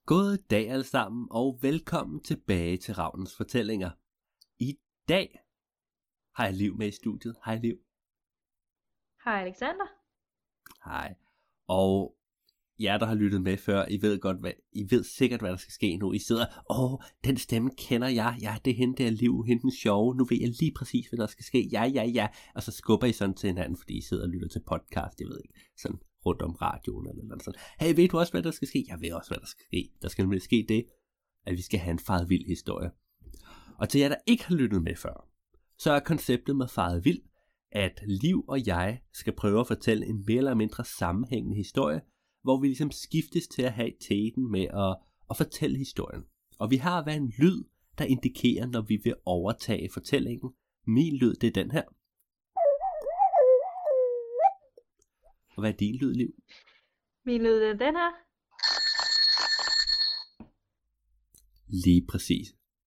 God dag alle sammen, og velkommen tilbage til Ravnens Fortællinger. I dag har jeg Liv med i studiet. Hej Liv. Hej Alexander. Hej. Og jer, der har lyttet med før, I ved sikkert, hvad der skal ske nu. I sidder, den stemme kender jeg. Ja, det er hende der Liv, hende den sjove. Nu ved jeg lige præcis, hvad der skal ske. Ja. Og så skubber I sådan til hinanden, fordi I sidder og lytter til podcast, jeg ved ikke, sådan rundt om radioen eller noget sådan. Hey, ved du også, hvad der skal ske? Jeg ved også, hvad der skal ske. Der skal nemlig ske det, at vi skal have en faret vild historie. Og til jer, der ikke har lyttet med før, så er konceptet med faret vild, at Liv og jeg skal prøve at fortælle en mere eller mindre sammenhængende historie, hvor vi ligesom skiftes til at have teten med at fortælle historien. Og vi har hver en lyd, der indikerer, når vi vil overtage fortællingen. Min lyd, det er den her. Og hvad er din lyd, Liv? Min lyd er den her. Lige præcis.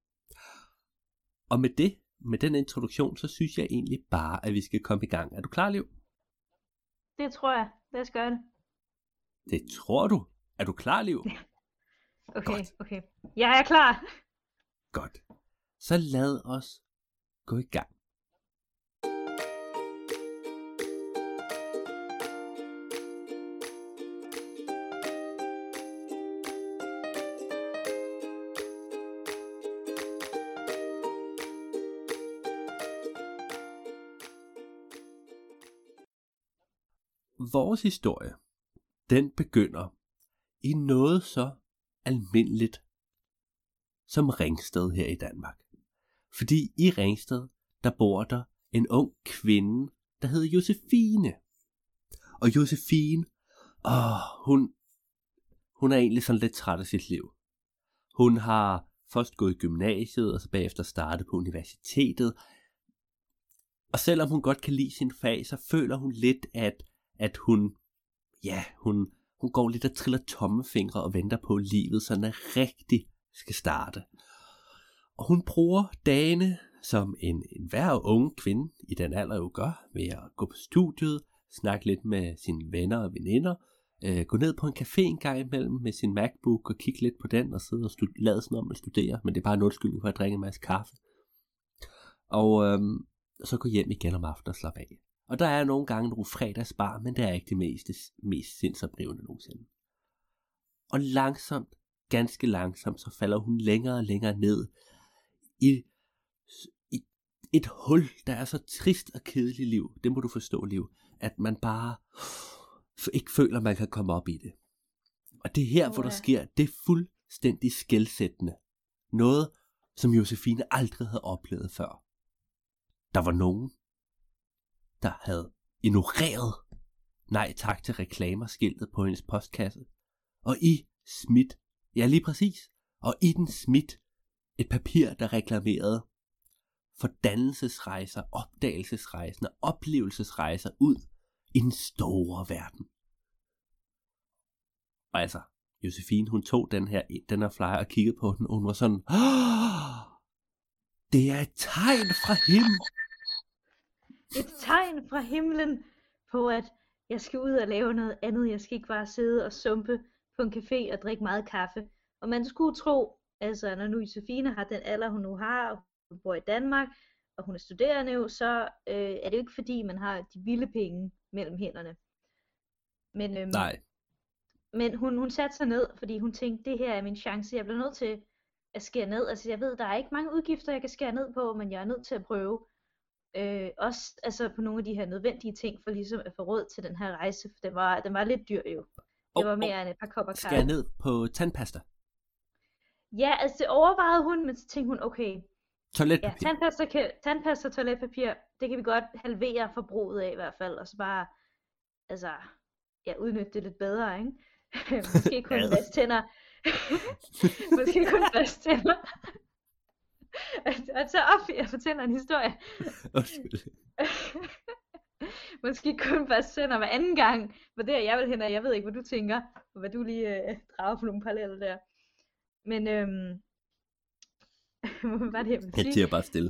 Og med den introduktion, så synes jeg egentlig bare, at vi skal komme i gang. Er du klar, Liv? Det tror jeg. Lad os gøre det. Det tror du? Er du klar, Liv? Okay. Jeg er klar. Godt. Så lad os gå i gang. Vores historie, den begynder i noget så almindeligt som Ringsted her i Danmark. Fordi i Ringsted, der bor der en ung kvinde, der hedder Josefine. Og Josefine, hun er egentlig sådan lidt træt af sit liv. Hun har først gået i gymnasiet, og så bagefter startet på universitetet. Og selvom hun godt kan lide sin fag, så føler hun lidt, at hun går lidt og triller tommelfingre og venter på livet, så den rigtig skal starte. Og hun bruger dagene, som en hver unge kvinde i den alder jo gør, ved at gå på studiet, snakke lidt med sine venner og veninder, gå ned på en café en gang imellem med sin MacBook og kigge lidt på den og sidde og lade sådan om at studere, men det er bare en undskyldning for at drikke en masse kaffe. Og så gå hjem igen om aftenen og slappe af. Og der er nogle gange nogle fredagsbar, men det er ikke det mest sindsoprivende nogensinde. Og ganske langsomt, så falder hun længere og længere ned i et hul, der er så trist og kedeligt, Liv. Det må du forstå, Liv. At man bare ikke føler, man kan komme op i det. Og det er her, hvor der sker det fuldstændig skelsættende. Noget, som Josefine aldrig havde oplevet før. Der var nogen, der havde ignoreret nej tak til reklamerskiltet på hendes postkasse, og i den smidt et papir, der reklamerede for dannelsesrejser, opdagelsesrejser og oplevelsesrejser ud i den store verden. Og altså, Josefine, hun tog den her flyer og kiggede på den, og hun var sådan, det er et tegn fra himlen. Et tegn fra himlen på, at jeg skal ud og lave noget andet. Jeg skal ikke bare sidde og sumpe på en café og drikke meget kaffe. Og man skulle tro, altså når nu Josefine har den alder, hun nu har, og hun bor i Danmark, og hun er studerende jo, så er det jo ikke fordi, man har de vilde penge mellem hænderne. Men, Nej. Men hun satte sig ned, fordi hun tænkte, det her er min chance. Jeg bliver nødt til at skære ned. Altså jeg ved, der er ikke mange udgifter, jeg kan skære ned på, men jeg er nødt til at prøve. Også altså på nogle af de her nødvendige ting, for ligesom at få råd til den her rejse, for den var lidt dyr jo. Det var mere end et par kopper kaffe. Skære ned på tandpasta? Ja, altså det overvejede hun, men så tænkte hun, okay, toiletpapir. Ja, tandpasta og toiletpapir, det kan vi godt halvere forbruget af i hvert fald, og så bare, altså, udnytte det lidt bedre, ikke? Måske kun vaske tænder. Måske kun vaske tænder. Og så jeg fortæller en historie. Måske kun bare sender hver anden gang. For det er jeg vil hen, og jeg ved ikke, hvad du tænker. Og hvad du lige drager på nogle paralleller der. Men hvad var det, jeg ville sige? Jeg siger bare stille.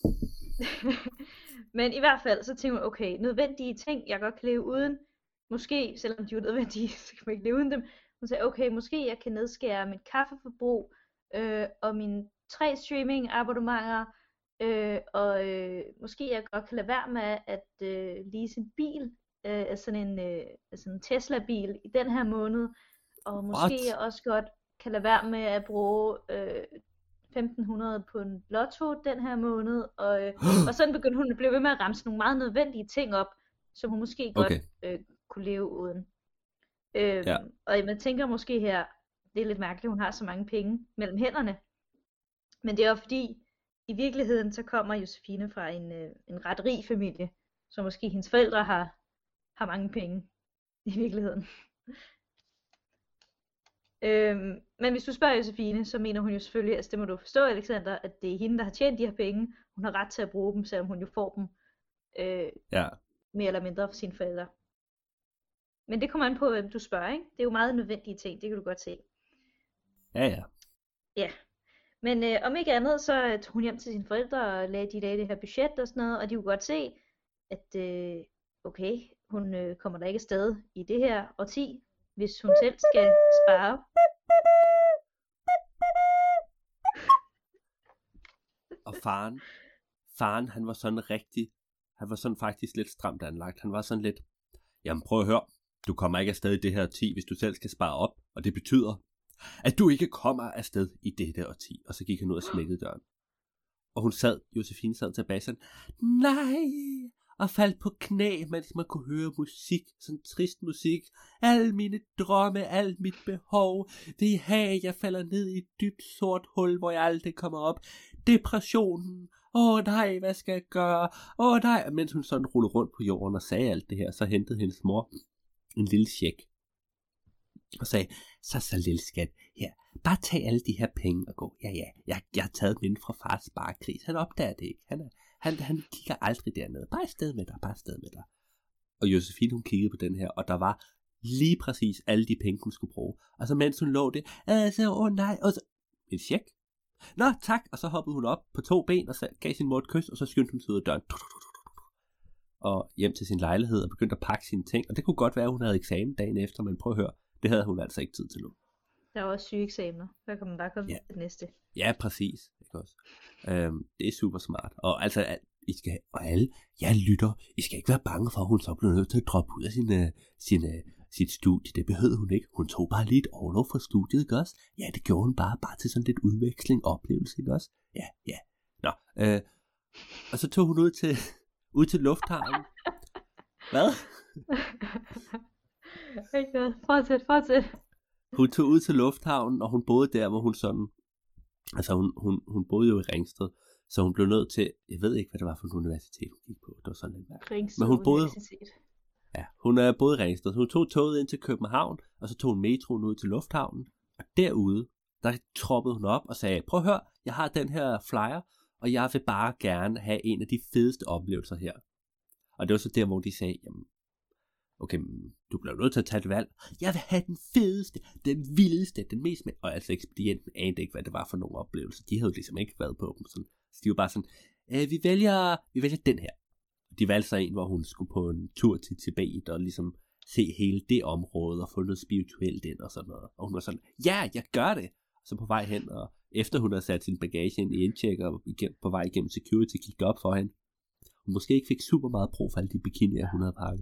Men i hvert fald, så tænker man, okay, nødvendige ting, jeg godt kan leve uden. Måske, selvom de er nødvendige, så kan man ikke leve uden dem. Hun sagde, okay, måske jeg kan nedskære mit kaffeforbrug, og mine 3 streaming abonnementer, og måske jeg godt kan lade være med at lease en bil, sådan en Tesla-bil i den her måned, og måske jeg også godt kan lade være med at bruge 1.500 på en lotto den her måned, og sådan begyndte hun at blive ved med at ramse nogle meget nødvendige ting op, som hun måske godt kunne leve uden. Og man tænker måske her, det er lidt mærkeligt, at hun har så mange penge mellem hænderne, men det er jo fordi, i virkeligheden så kommer Josefine fra en ret rig familie, så måske hendes forældre har mange penge i virkeligheden. Men hvis du spørger Josefine, så mener hun jo selvfølgelig, altså det må du forstå, Alexander, at det er hende, der har tjent de her penge. Hun har ret til at bruge dem, selvom hun jo får dem mere eller mindre fra sine forældre. Men det kommer an på, hvem du spørger, ikke? Det er jo meget nødvendige ting, det kan du godt se. Ja. Men om ikke andet, så tog hun hjem til sine forældre og lagde det her budget og sådan noget, og de kunne godt se, at okay, hun kommer der ikke afsted i det her årti, hvis hun selv skal spare. Og faren, han var sådan faktisk lidt stramt anlagt. Han var sådan lidt, jamen prøv at høre, du kommer ikke afsted i det her årti, hvis du selv skal spare op, og det betyder, at du ikke kommer afsted i det der årti. Og så gik han ud og smækkede døren. Og Josefine sad tilbage sådan, nej, og faldt på knæ, mens man kunne høre musik, sådan trist musik. Alle mine drømme, alt mit behov, vil I have, jeg falder ned i et dybt sort hul, hvor jeg aldrig kommer op. Depressionen, nej, hvad skal jeg gøre? Nej, og mens hun sådan rullede rundt på jorden og sagde alt det her, så hentede hendes mor en lille check. Og sagde, så lille skat, her, bare tag alle de her penge og gå. Ja, jeg har taget dem inden fra fars sparekris. Han opdager det ikke. Han kigger aldrig dernede. Bare afsted med dig. Og Josefine, hun kiggede på den her, og der var lige præcis alle de penge, hun skulle bruge. Og så mens hun lå det, nej, og så, en check. Nå, tak, og så hoppede hun op på 2 ben, og så gav sin mor et kys, og så skyndte hun sig ud af døren. Og hjem til sin lejlighed, og begyndte at pakke sine ting. Og det kunne godt være, at hun havde eksamen dagen efter, men prøv at høre, det havde hun altså ikke tid til nu. Der er også syge eksamener. Så kan man bare komme til det næste. Ja, præcis. Ikke også? Det er super smart. Og altså, I skal, og alle, jeg lytter, I skal ikke være bange for, at hun så bliver nødt til at droppe ud af sit studie. Det behøvede hun ikke. Hun tog bare lidt overlov fra studiet, ikke også? Ja, det gjorde hun bare til sådan lidt udveksling og oplevelse, ikke også? Ja. Nå, og så tog hun ud til lufthavnen. Hvad? Ikke noget. Fortsæt. Hun tog ud til lufthavnen, og hun boede der, hvor hun sådan, altså hun boede jo i Ringsted, så hun blev nødt til, jeg ved ikke, hvad det var for et universitet, hun gik på, det var sådan lidt mærkeligt. Ringsted Universitet. Ja, hun boede i Ringsted, så hun tog toget ind til København, og så tog hun metroen ud til lufthavnen, og derude, der troppede hun op og sagde, prøv at høre, jeg har den her flyer, og jeg vil bare gerne have en af de fedeste oplevelser her. Og det var så der, hvor de sagde, jamen, okay, du bliver nødt til at tage et valg. Jeg vil have den fedeste, den vildeste, den mest med. Og altså ekspedienten anede ikke, hvad det var for nogle oplevelser. De havde jo ligesom ikke været på dem. Så de var bare sådan, vi vælger den her. De valgte så en, hvor hun skulle på en tur til Tibet og ligesom se hele det område og få noget spirituelt ind og sådan noget. Og hun var sådan, ja, jeg gør det. Og så på vej hen, og efter hun havde sat sin bagage ind i indtjek og på vej igennem security, gik det op for hende. Hun måske ikke fik super meget brug for alle de bikinier, hun havde pakket.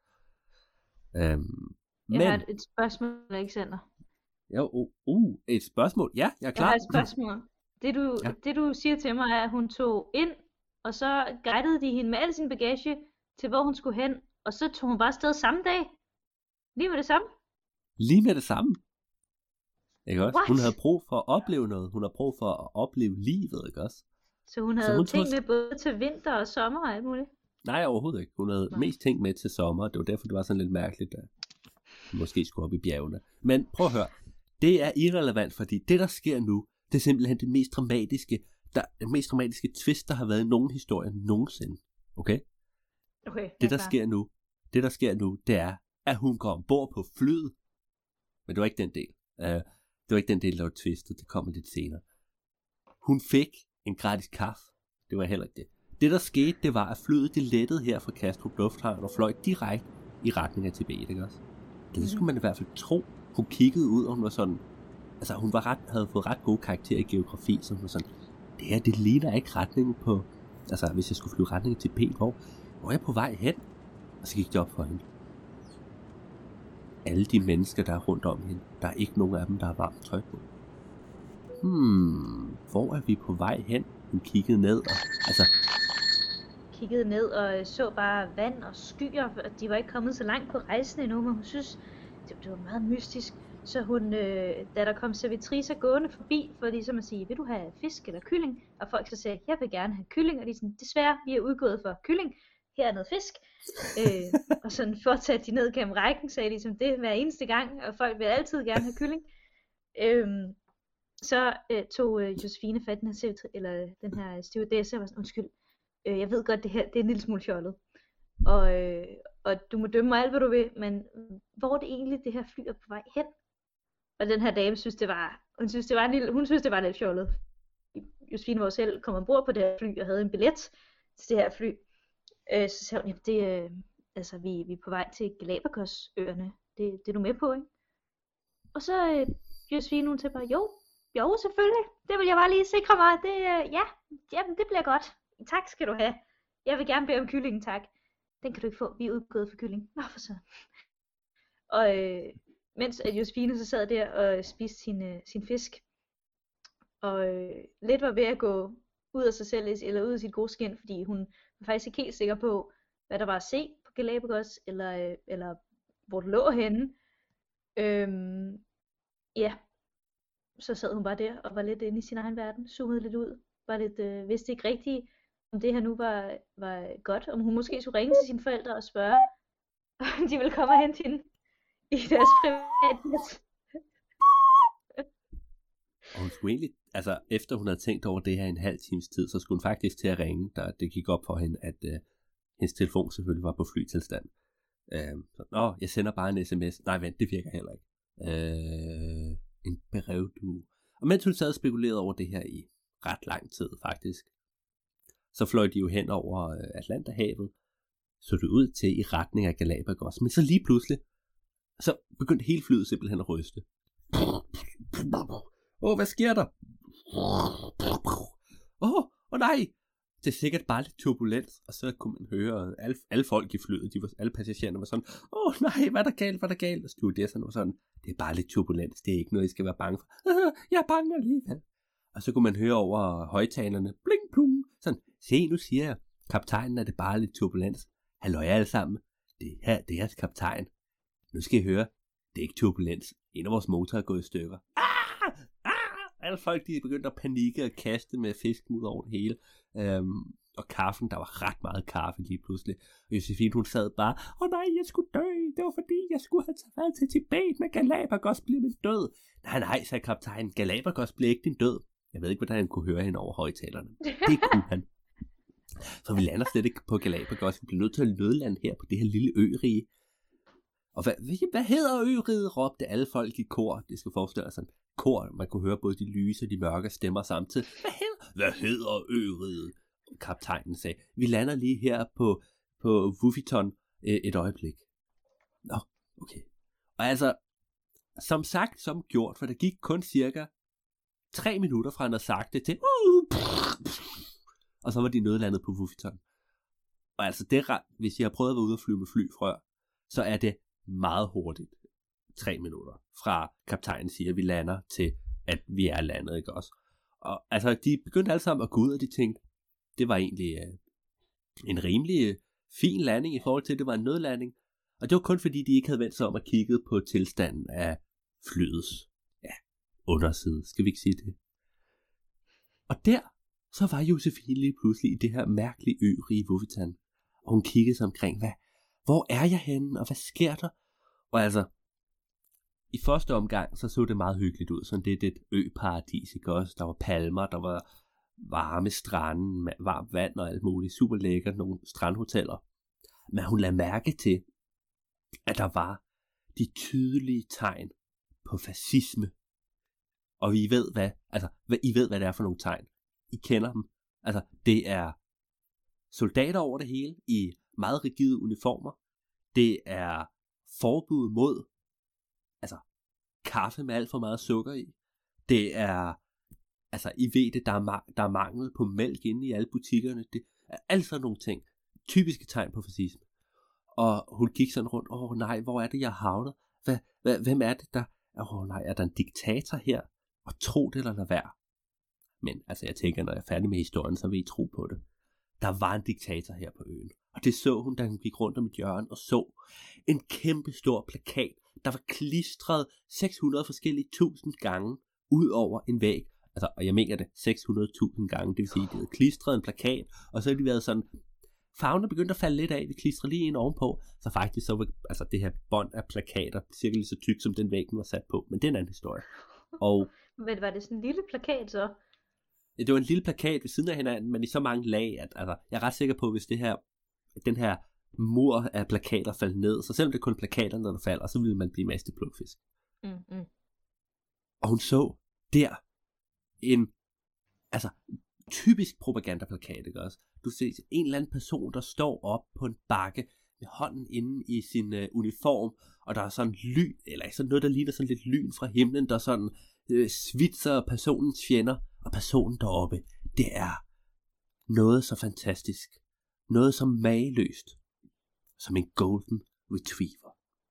Jeg har et spørgsmål, Alexander. Jo, et spørgsmål? Ja, jeg er klar. Jeg har et spørgsmål. Det du siger til mig er, at hun tog ind, og så guidede de hende med al sin bagage til, hvor hun skulle hen, og så tog hun bare afsted samme dag. Lige med det samme? Lige med det samme? Ikke også? What? Hun havde brug for at opleve noget. Hun havde brug for at opleve livet, ikke også? Så hun havde ting med både til vinter og sommer og alt muligt? Nej, overhovedet ikke. Hun havde mest ting med til sommer. Det var derfor, det var sådan lidt mærkeligt, at hun måske skulle op i bjergene. Men prøv at høre. Det er irrelevant, fordi det, der sker nu, det er simpelthen det mest dramatiske twist, der har været i nogen historie nogensinde. Okay? Det, der sker nu, det er, at hun går ombord på flyet. Men det var ikke den del. Det var ikke den del, der var twistet. Det kommer lidt senere. Hun fik en gratis kaffe. Det var heller ikke det. Det, der skete, det var, at flyet det lettede her fra Kastrup Lufthavn og fløj direkte i retning af Tibet, ikke også? Det skulle man i hvert fald tro. Hun kiggede ud, og hun var sådan, altså hun havde fået ret gode karakterer i geografi, så hun var sådan, det ligner ikke retningen på, altså hvis jeg skulle flyve retningen til P, hvor er jeg på vej hen? Og så gik det op for hende. Alle de mennesker, der er rundt om hende, der er ikke nogen af dem, der har varmt tøj på. Hvor er vi på vej hen? Hun kiggede ned, og kiggede ned og så bare vand og skyer, og de var ikke kommet så langt på rejsen endnu, men hun synes, det var meget mystisk. Så hun, da der kom servitricer gående forbi, for ligesom at sige, vil du have fisk eller kylling? Og folk så sagde, jeg vil gerne have kylling, og de sådan, desværre, vi er udgået for kylling, her er noget fisk. Og sådan fortsatte de ned gennem rækken, sagde de som det hver eneste gang, og folk vil altid gerne have kylling. Så tog Josefine fat den her stewardesse og var sådan, undskyld, jeg ved godt det her, det er en lille smule fjollet. Og du må dømme mig alt, hvad du vil, men hvor er det egentlig, det her fly er på vej hen? Og den her dame synes, hun synes, det var lidt fjollet. Josefine var selv kommet ombord på det her fly og havde en billet til det her fly. Så sagde hun, vi er på vej til Galapagosøerne. Det er du med på, ikke? Og så Josefine, hun sagde bare, jo, selvfølgelig. Det vil jeg bare lige sikre mig. Det bliver godt. Tak skal du have. Jeg vil gerne bede om kyllingen, tak. Den kan du ikke få. Vi er udgået for kylling. Nå, for så. Og mens Josefine så sad der og spiste sin fisk, og lidt var ved at gå ud af sig selv, eller ud af sit gode skin, fordi hun var faktisk ikke helt sikker på, hvad der var at se på Galapagos, eller hvor det lå henne. Så sad hun bare der og var lidt inde i sin egen verden, zoomede lidt ud, var lidt, vidste ikke rigtigt, om det her nu var godt, om hun måske skulle ringe til sine forældre og spørge, om de ville komme og hente hende i deres privatnet. Og hun skulle egentlig, altså efter hun havde tænkt over det her en halv times tid, så skulle hun faktisk til at ringe, da det gik op for hende, at hendes telefon selvfølgelig var på flytilstand. Jeg sender bare en sms. Nej, vent, det virker heller ikke. En brevdue. Og mens hun sad og spekulerede over det her i ret lang tid faktisk, så fløj de jo hen over Atlanterhavet, så det ud til i retning af Galapagos. Men så lige pludselig, så begyndte hele flyet simpelthen at ryste. Hvad sker der? Nej! Det er sikkert bare lidt turbulens, og så kunne man høre alle folk i flyet, alle passagererne var sådan, nej, hvad er der galt? Og stewardesserne var sådan, det er bare lidt turbulens, det er ikke noget, I skal være bange for. Jeg er bange alligevel. Og så kunne man høre over højtalerne, bling plung, sådan, se, nu siger jeg, kaptajnen, er det bare lidt turbulens. Halløj alle sammen, det er jeres kaptajn. Nu skal I høre, det er ikke turbulens, en af vores motorer er gået i stykker. Alle folk, de er begyndt at panikke og kaste med fisken ud over det hele. Og kaffen, der var ret meget kaffe lige pludselig. Og Josefine, hun sad bare, nej, jeg skulle dø. Det var fordi, jeg skulle have været til Tibet, men Galapagos blev min død. Nej, sagde kaptajnen, Galapagos blev ikke din død. Jeg ved ikke, hvordan han kunne høre hende over højtalerne. Det kunne han. Så vi lander slet ikke på Galapagos. Vi bliver nødt til at nødlande her på det her lille ørige. Og hvad hedder øriget, råbte alle folk i kor. Det skal forestille sig sådan kor. Man kunne høre både de lyse og de mørke stemmer samtidig. Hvad hedder øriget? Kaptajnen sagde, vi lander lige her på Wufiton et øjeblik. Nå, okay. Og altså, som sagt, som gjort, for der gik kun cirka 3 minutter fra han havde sagt det til, og så var de nødlandet på Wufiton. Og altså, hvis jeg har prøvet at være ude og flyve med fly før, så er det meget hurtigt. 3 minutter fra kaptajnen siger, at vi lander til, at vi er landet, ikke også? Og altså, de begyndte alle sammen at gå ud, og de tænkte, det var egentlig en rimelig fin landing i forhold til, at det var en nødlanding. Og det var kun fordi, de ikke havde vendt sig om at kigge på tilstanden af flyets underside. Skal vi ikke sige det? Og der, så var Josefine lige pludselig i det her mærkelige ørige Wufiton. Og hun kiggede sig omkring, hvor er jeg henne, og hvad sker der? Og altså, i første omgang, så det meget hyggeligt ud. Sådan det er et øparadis, ikke også? Der var palmer, der var varme strande, varmt vand og alt muligt. Super lækkert, nogle strandhoteller. Men hun lagde mærke til, at der var de tydelige tegn på fascisme. Og I ved, hvad det er for nogle tegn. I kender dem. Altså, det er soldater over det hele i meget rigide uniformer. Det er forbud mod kaffe med alt for meget sukker i. Det er, altså I ved det, der er mangel på mælk inde i alle butikkerne. Det er alt sådan nogle ting. Typiske tegn på fascisme. Og hun gik sådan rundt, nej, hvor er det, jeg havnet? Hvem er det, der... nej, er der en diktator her? Og tro det eller lade være. Men altså, jeg tænker, når jeg er færdig med historien, så vil I tro på det. Der var en diktator her på øen. Og det så hun, da hun gik rundt om et hjørne og så en kæmpe stor plakat, der var klistret 600 forskellige tusind gange ud over en væg. Altså, og jeg mener det, 600.000 gange. Det vil sige, det havde klistret en plakat, og så har de været sådan... Farven er begyndt at falde lidt af, vi klistrer lige en ovenpå, så faktisk så var altså det her bånd af plakater cirka lige så tyk, som den væg, den var sat på. Men det er en anden historie. Og Men var det sådan en lille plakat så? det var en lille plakat ved siden af hinanden, men i så mange lag, at altså, jeg er ret sikker på, hvis den her mur af plakater faldt ned, så selvom det kun plakater, når der falder, så ville man blive mest plukfisk. Mm. Og hun så der en altså typisk propagandaplakat, ikke også? Du ser en eller anden person, der står op på en bakke med hånden inde i sin uniform, og der er sådan lyn, eller sådan noget, der ligner sådan lidt lyn fra himlen, der sådan svitser personens fjender, og personen deroppe, det er noget så fantastisk, noget så mageløst, som en golden retriever.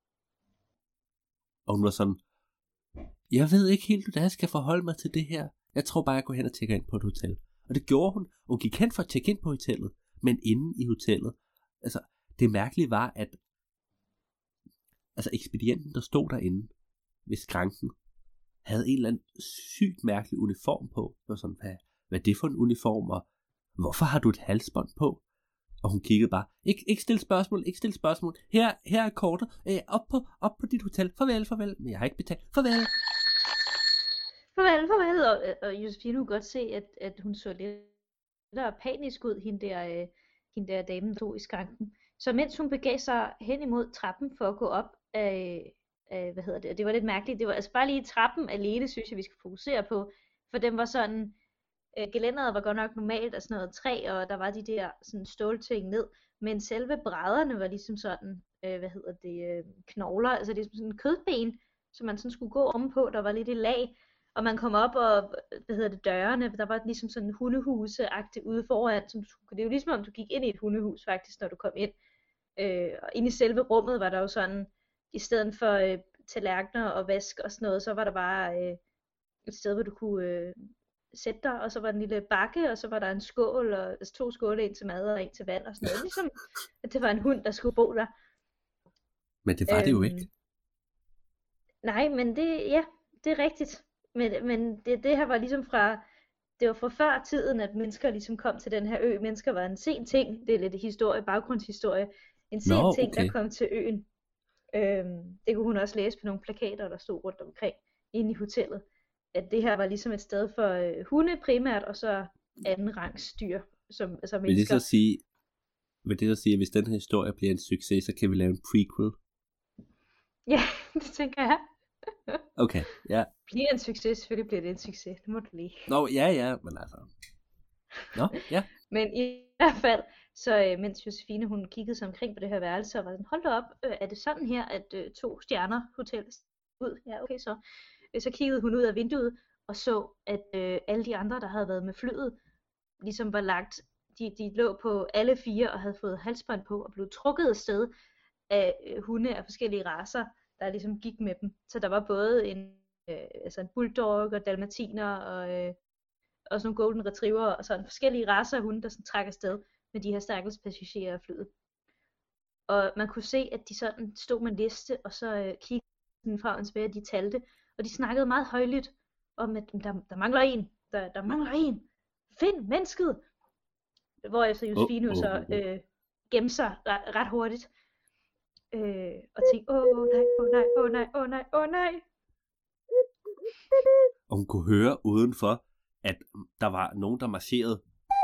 Og hun var sådan, jeg ved ikke helt, hvordan jeg skal forholde mig til det her. Jeg tror bare, jeg går hen og tjekker ind på et hotel. Og det gjorde hun. Hun gik hen for at tjekke ind på hotellet. Men inde i hotellet, altså det mærkelige var, at altså ekspedienten, der stod derinde ved skranken, havde en eller anden sygt mærkelig uniform på. Det var sådan, hvad er det for en uniform, og hvorfor har du et halsbånd på? Og hun kiggede bare, ikke stille spørgsmål, her er kortet, op på dit hotel, farvel, men jeg har ikke betalt, farvel. Og Josefine kunne godt se, at hun så lidt panisk ud, hende der damen tog i skranken. Så mens hun begav sig hen imod trappen for at gå op af det var lidt mærkeligt, det var altså bare lige trappen alene, synes jeg, vi skal fokusere på, for den var sådan, gelænderet var godt nok normalt af sådan noget træ, og der var de der sådan stålting ned, men selve brædderne var ligesom sådan, knogler, altså det er sådan en kødben, som man sådan skulle gå ovenpå, der var lidt i lag, og man kom op og, dørene, der var ligesom sådan en hundehuse-agtigt ude foran, det er jo ligesom om du gik ind i et hundehus faktisk, når du kom ind, og inde i selve rummet var der jo sådan, i stedet for tallerkener og vask og sådan noget, så var der bare et sted, hvor du kunne sætte dig, og så var der en lille bakke, og så var der en skål, og altså 2 skåle, en til mad og en til vand og sådan noget, ligesom at det var en hund, der skulle bo der. Men det var det jo ikke. Nej, men det er rigtigt. Men det her var ligesom det var fra før tiden, at mennesker ligesom kom til den her ø. Mennesker var en sen ting, det er lidt baggrundshistorie, en sen ting, der kom til øen. Det kunne hun også læse på nogle plakater, der stod rundt omkring inde i hotellet. At det her var ligesom et sted for hunde primært, og så anden rangs dyr, som mennesker. Vil det så sige, at hvis den her historie bliver en succes, så kan vi lave en prequel? Ja, det tænker jeg. Okay, ja. Bliver en succes, selvfølgelig bliver det en succes, det må du lige. Nå, ja, men altså. Nå, ja. Men i hvert fald, så mens Josefine, hun kiggede sig omkring på det her værelse, og var sådan, hold da op, er det sådan her, at 2 stjerner hotel ud? Ja, okay, så kiggede hun ud af vinduet, og så, at alle de andre, der havde været med flyet, ligesom var lagt, de lå på alle 4, og havde fået halsbånd på, og blev trukket afsted af hunde af forskellige racer, der ligesom gik med dem. Så der var både en bulldog og dalmatiner og sådan nogle golden retriever og sådan forskellige racer af hunde, der sådan trak afsted med de her stakkels passagerer af flyet. Og man kunne se, at de sådan stod med en liste, og så kiggede fra og tilbage, de talte, og de snakkede meget højlydt om, at der mangler en, der mangler en. Find mennesket! Hvorefter Josefine så gemte sig ret hurtigt. Og tænkte, åh nej. Og hun kunne høre udenfor, at der var nogen, der marcherede.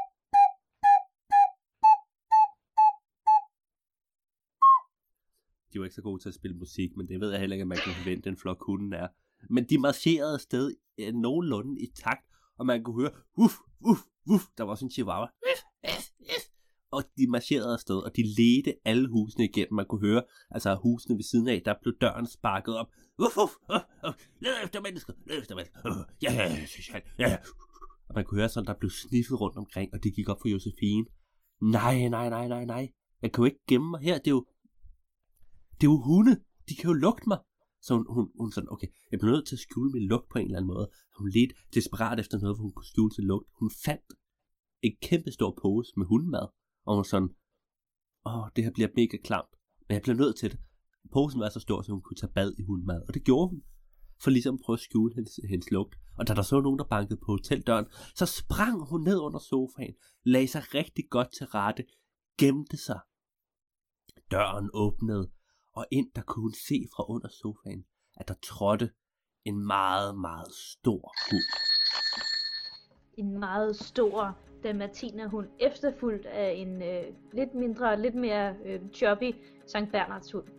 De var ikke så gode til at spille musik, men det ved jeg heller ikke, at man kan forvente, en flok hunden er. Men de marcherede afsted nogenlunde i takt, og man kunne høre, der var sådan en chihuahua. Og de marcherede afsted, og de ledte alle husene igennem. Man kunne høre, altså husene ved siden af, der blev døren sparket op. Led efter mennesker, led efter mennesker. Ja. Og man kunne høre sådan, der blev sniffet rundt omkring, og det gik op for Josefine. Nej. Jeg kan jo ikke gemme mig her. Det er jo hunde. De kan jo lugte mig. Så hun sådan, okay, jeg bliver nødt til at skjule min lugt på en eller anden måde. Hun ledte desperat efter noget, hvor hun kunne skjule sin lugt. Hun fandt en kæmpe stor pose med hundemad. Og hun sådan, det her bliver mega klamt. Men jeg bliver nødt til det. Posen var så stor, så hun kunne tage bad i hundemad. Og det gjorde hun. For ligesom at prøve at skjule hendes lugt. Og da der så nogen, der bankede på hoteldøren, så sprang hun ned under sofaen. Lagde sig rigtig godt til rette. Gemte sig. Døren åbnede. Og ind der kunne hun se fra under sofaen, at der trådte en meget, meget stor hund. En meget stor dalmatinerhund, efterfulgt af en lidt mindre og lidt mere choppy Sankt Bernards hund.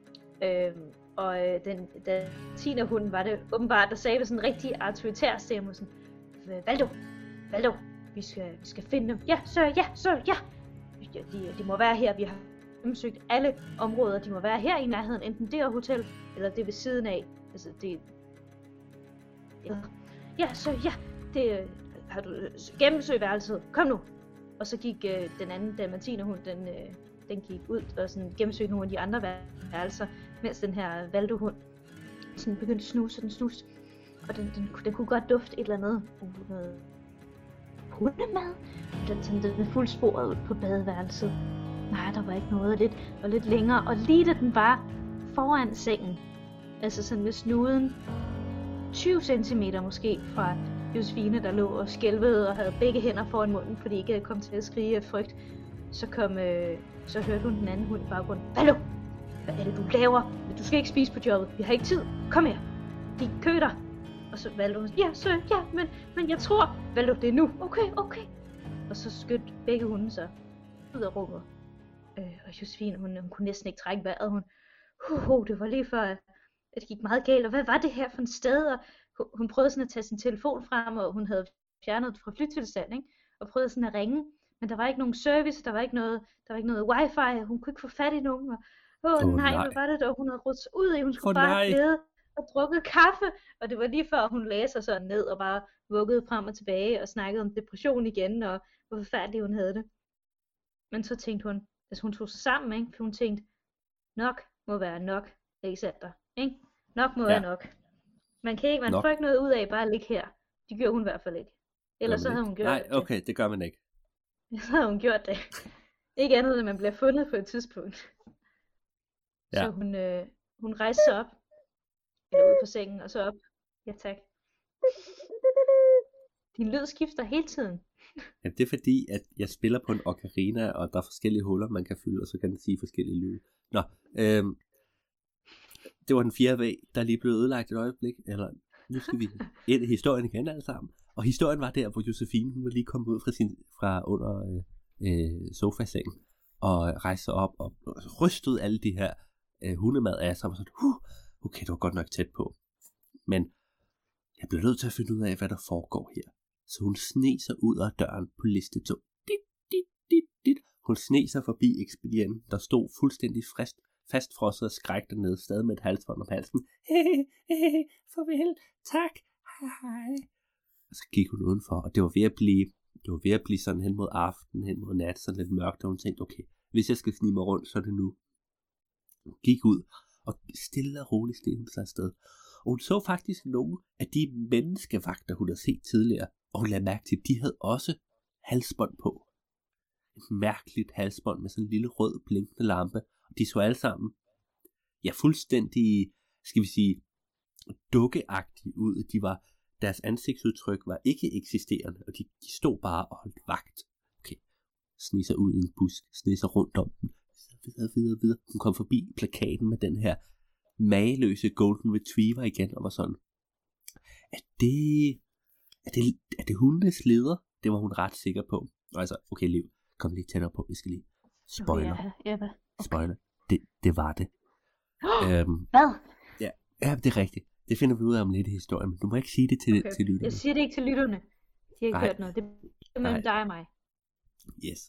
Den dalmatinerhunden var det åbenbart, der sagde det sådan en rigtig autoritær stemme, sådan, Valdo, vi skal finde dem. Ja, sir. De må være her, vi har gennemsøgt alle områder, de må være her i nærheden, enten det her hotel, eller det ved siden af. Altså det... det har du gennemsøgt værelset. Kom nu! Og så gik den anden dalmatinerhund, den gik ud og sådan gennemsøgte nogle af de andre værelser, mens den her Valdo-hund sådan begyndte at snuse, og den kunne godt dufte et eller andet noget hundemad. Den fuldt sporet ud på badeværelset. Nej, der var ikke noget, og lidt længere, og lige da den var foran sengen, altså sådan med snuden 20 cm måske fra Josefine, der lå og skælvede og havde begge hænder foran munden, fordi ikke kom til at skrige af frygt, så hørte hun den anden hund i baggrunden. Valdo, hvad er det du laver? Du skal ikke spise på jobbet, vi har ikke tid, kom her, de køder. Og så Valdo, men jeg tror, Valdo, det er nu, okay. Og så skyndte begge hunde sig ud af rummet. Og Josefine, hun kunne næsten ikke trække vejret. Det var lige før, at det gik meget galt. Og hvad var det her for et sted? Og hun prøvede sådan at tage sin telefon frem, og hun havde fjernet fra flytilstand, ikke? Og prøvede sådan at ringe. Men der var ikke nogen service, der var ikke noget wifi, hun kunne ikke få fat i nogen. Og nej, hvad var det dog, hun havde rudt sig ud i? Hun skulle bare glæde og drukket kaffe. Og det var lige før, hun lagde sig sådan ned og bare vuggede frem og tilbage og snakkede om depression igen, og hvor forfærdeligt hun havde det. Men så tænkte hun, altså hun tog sig sammen, ikke? For hun tænkte, nok må være nok, Alexander, ikke? Nok må være nok. Man får ikke noget ud af bare at ligge her. Det gjorde hun i hvert fald ikke. Ellers så havde hun gjort det. Nej, okay, det gør man ikke. Så havde hun gjort det. Ikke andet, end man bliver fundet på et tidspunkt. Ja. Så hun rejste sig op, eller ud på sengen, og så op. Ja, tak. Din lyd skifter hele tiden. Ja, det er fordi, at jeg spiller på en ocarina, og der er forskellige huller, man kan fylde, og så kan den sige forskellige lyde. Nå, det var den fjerde væg, der lige blev ødelagt et øjeblik, eller nu skal vi ind i historien igen alle sammen. Og historien var der, hvor Josefine, hun var lige kommet ud fra under sofasengen, og rejste sig op og rystede alle de her hundemad af sig, og sådan, okay, det var godt nok tæt på. Men jeg blev nødt til at finde ud af, hvad der foregår her. Så hun sneg sig ud af døren på liste 2. Hun sneg sig forbi ekspedienten, der stod fuldstændig fastfrosset og skræk dernede, stadig med et halsbånd om halsen. Farvel, tak, hej. Og så gik hun udenfor, og det var ved at blive sådan hen mod aften, hen mod nat, sådan lidt mørkt, og hun tænkte, okay, hvis jeg skal snige mig rundt, så er det nu. Hun gik ud, og stille og roligt steg hun sig afsted. Og hun så faktisk nogle af de menneskevagter, hun havde set tidligere, og hun lagde mærke til, at de havde også halsbånd på. Et mærkeligt halsbånd med sådan en lille rød blinkende lampe, og de så alle sammen, ja, fuldstændig, skal vi sige, dukkeagtige ud. Deres ansigtsudtryk var ikke eksisterende, og de stod bare og holdt vagt. Okay, sneg sig ud i en busk, sneg sig rundt om den, videre. Hun kom forbi plakaten med den her mageløse golden retriever igen, og var sådan, er det hundenes leder? Det var hun ret sikker på. Og altså, okay, Liv, kom lige tættere på, vi skal lige spoiler. Okay. Spoiler, det var det. Hvad? Ja, det er rigtigt. Det finder vi ud af om lidt i historien, men du må ikke sige det til lytterne. Jeg siger det ikke til lytterne. De har ikke hørt noget. Det er mellem dig og mig. Yes.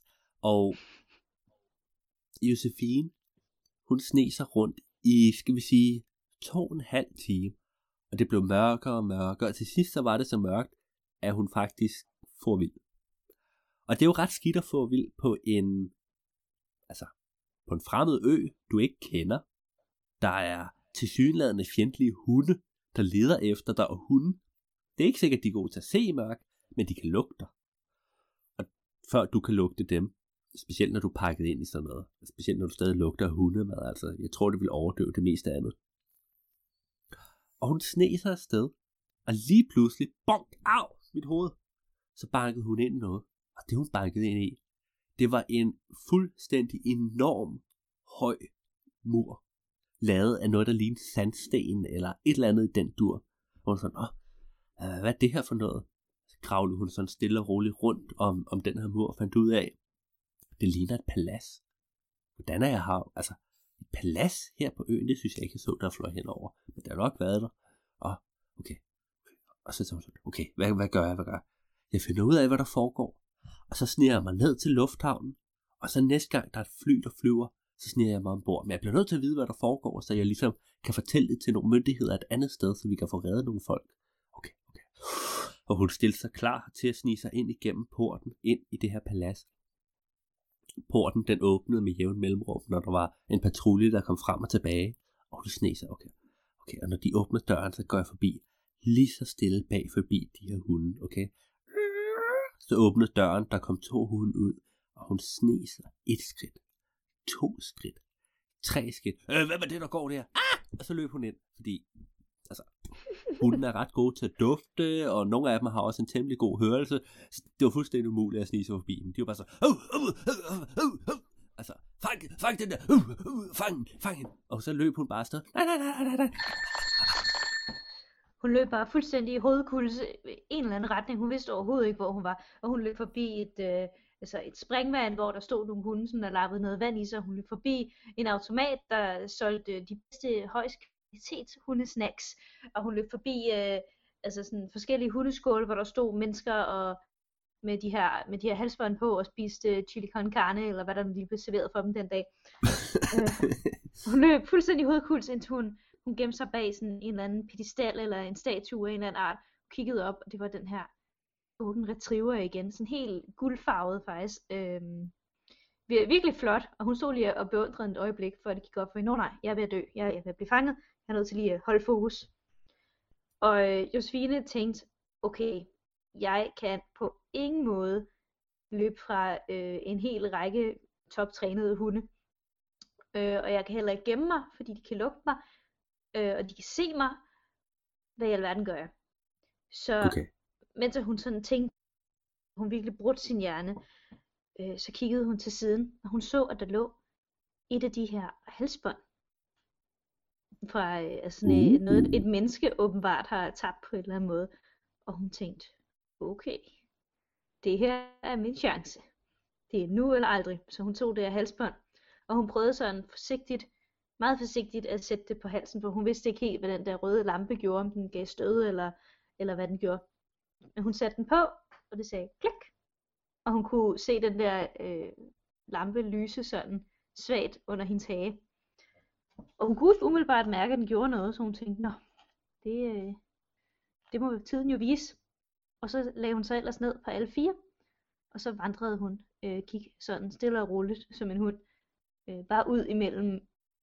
Og Josefine, hun sneg sig rundt i, skal vi sige, 2,5 time. Og det blev mørkere og mørkere, og til sidst så var det så mørkt, at hun faktisk får vild. Og det er jo ret skidt at få vild på på en fremmed ø, du ikke kender. Der er tilsyneladende fjendtlige hunde, der leder efter dig, og hunde. Det er ikke sikkert, de er gode til at se i mørk, men de kan lugte dig. Og før du kan lugte dem, specielt når du er pakket ind i sådan noget, specielt når du stadig lugter af hundemad, altså jeg tror, det vil overdøve det meste andet. Og hun sneg sig afsted, og lige pludselig, bonk, au, mit hoved, så bankede hun ind i noget. Og det hun bankede ind i, det var en fuldstændig enorm høj mur, lavet af noget, der lignede sandsten, eller et eller andet i den dur. Og hun sådan, hvad er det her for noget? Så kravlede hun sådan stille og roligt rundt om den her mur, og fandt ud af, det ligner et palads. Hvordan er jeg her? Altså, et palads her på øen, det synes jeg ikke, jeg så, der fløj henover. Men der har nok været der. Og okay. Og så sagde hun sådan, okay, hvad gør jeg? Jeg finder ud af, hvad der foregår. Og så sniger jeg mig ned til lufthavnen. Og så næste gang, der er et fly, der flyver, så sniger jeg mig ombord. Men jeg bliver nødt til at vide, hvad der foregår, så jeg ligesom kan fortælle det til nogle myndigheder et andet sted, så vi kan få reddet nogle folk. Okay. Og hun stillede sig klar til at snige sig ind igennem porten, ind i det her palads. Porten, den åbnede med jævn mellemrum, når der var en patrulje, der kom frem og tilbage. Og hun sneg sig, okay. Og når de åbner døren, så går jeg forbi. Lige så stille bag forbi de her hunde, okay. Så åbnede døren, der kom 2 hunde ud, og hun sneg sig 1 skridt, 2 skridt, 3 skridt. Hvad var det, der går der? Og så løb hun ind, fordi hunden er ret gode til at dufte, og nogle af dem har også en temmelig god hørelse. Så det var fuldstændig umuligt at snige sig forbi dem. De var bare så, fang den der, fang hende. Og så løb hun bare afsted. Nej. Hun løb bare fuldstændig i hovedkuls en eller anden retning. Hun vidste overhovedet ikke, hvor hun var. Og hun løb forbi et springvand, hvor der stod nogle hunde, som der lappede noget vand i sig. Hun løb forbi en automat, der solgte de bedste højst kvalitets hundesnacks. Og hun løb forbi sådan forskellige hundeskåle, hvor der stod mennesker og med de her halsbånd på og spiste chili con carne, eller hvad der lige blev serveret for dem den dag. Hun løb fuldstændig i hovedkuls, indtil hun gemte sig bag sådan en eller anden pedestal eller en statue af en eller anden art. Hun kiggede op, og det var den her golden retriever igen. Sådan helt guldfarvet faktisk. Virkelig flot. Og hun stod lige og beundrede et øjeblik, før det gik op for hende. Nej, jeg er ved at dø. Jeg er ved at blive fanget. Jeg er nødt til lige at holde fokus. Og Josefine tænkte, okay, jeg kan på ingen måde løbe fra en hel række toptrænede hunde. Og jeg kan heller ikke gemme mig, fordi de kan lugte mig. Og de kan se mig. Hvad i alverden gør jeg? Så okay. Mens hun sådan tænkte, hun virkelig brugte sin hjerne, så kiggede hun til siden, og hun så, at der lå et af de her halsbånd fra et menneske åbenbart har tabt på en eller anden måde. Og hun tænkte, okay, det her er min chance. Det er nu eller aldrig. Så hun tog det her halsbånd, og hun prøvede sådan meget forsigtigt at sætte det på halsen, for hun vidste ikke helt, hvad den der røde lampe gjorde, om den gav stød, eller hvad den gjorde. Men hun satte den på, og det sagde klik. Og hun kunne se den der lampe lyse sådan svagt under hendes hage. Og hun kunne umiddelbart mærke, at den gjorde noget, så hun tænkte, nå, det må tiden jo vise. Og så lagde hun sig ellers ned på alle 4, og så vandrede hun, gik sådan stille og roligt som en hund, bare ud imellem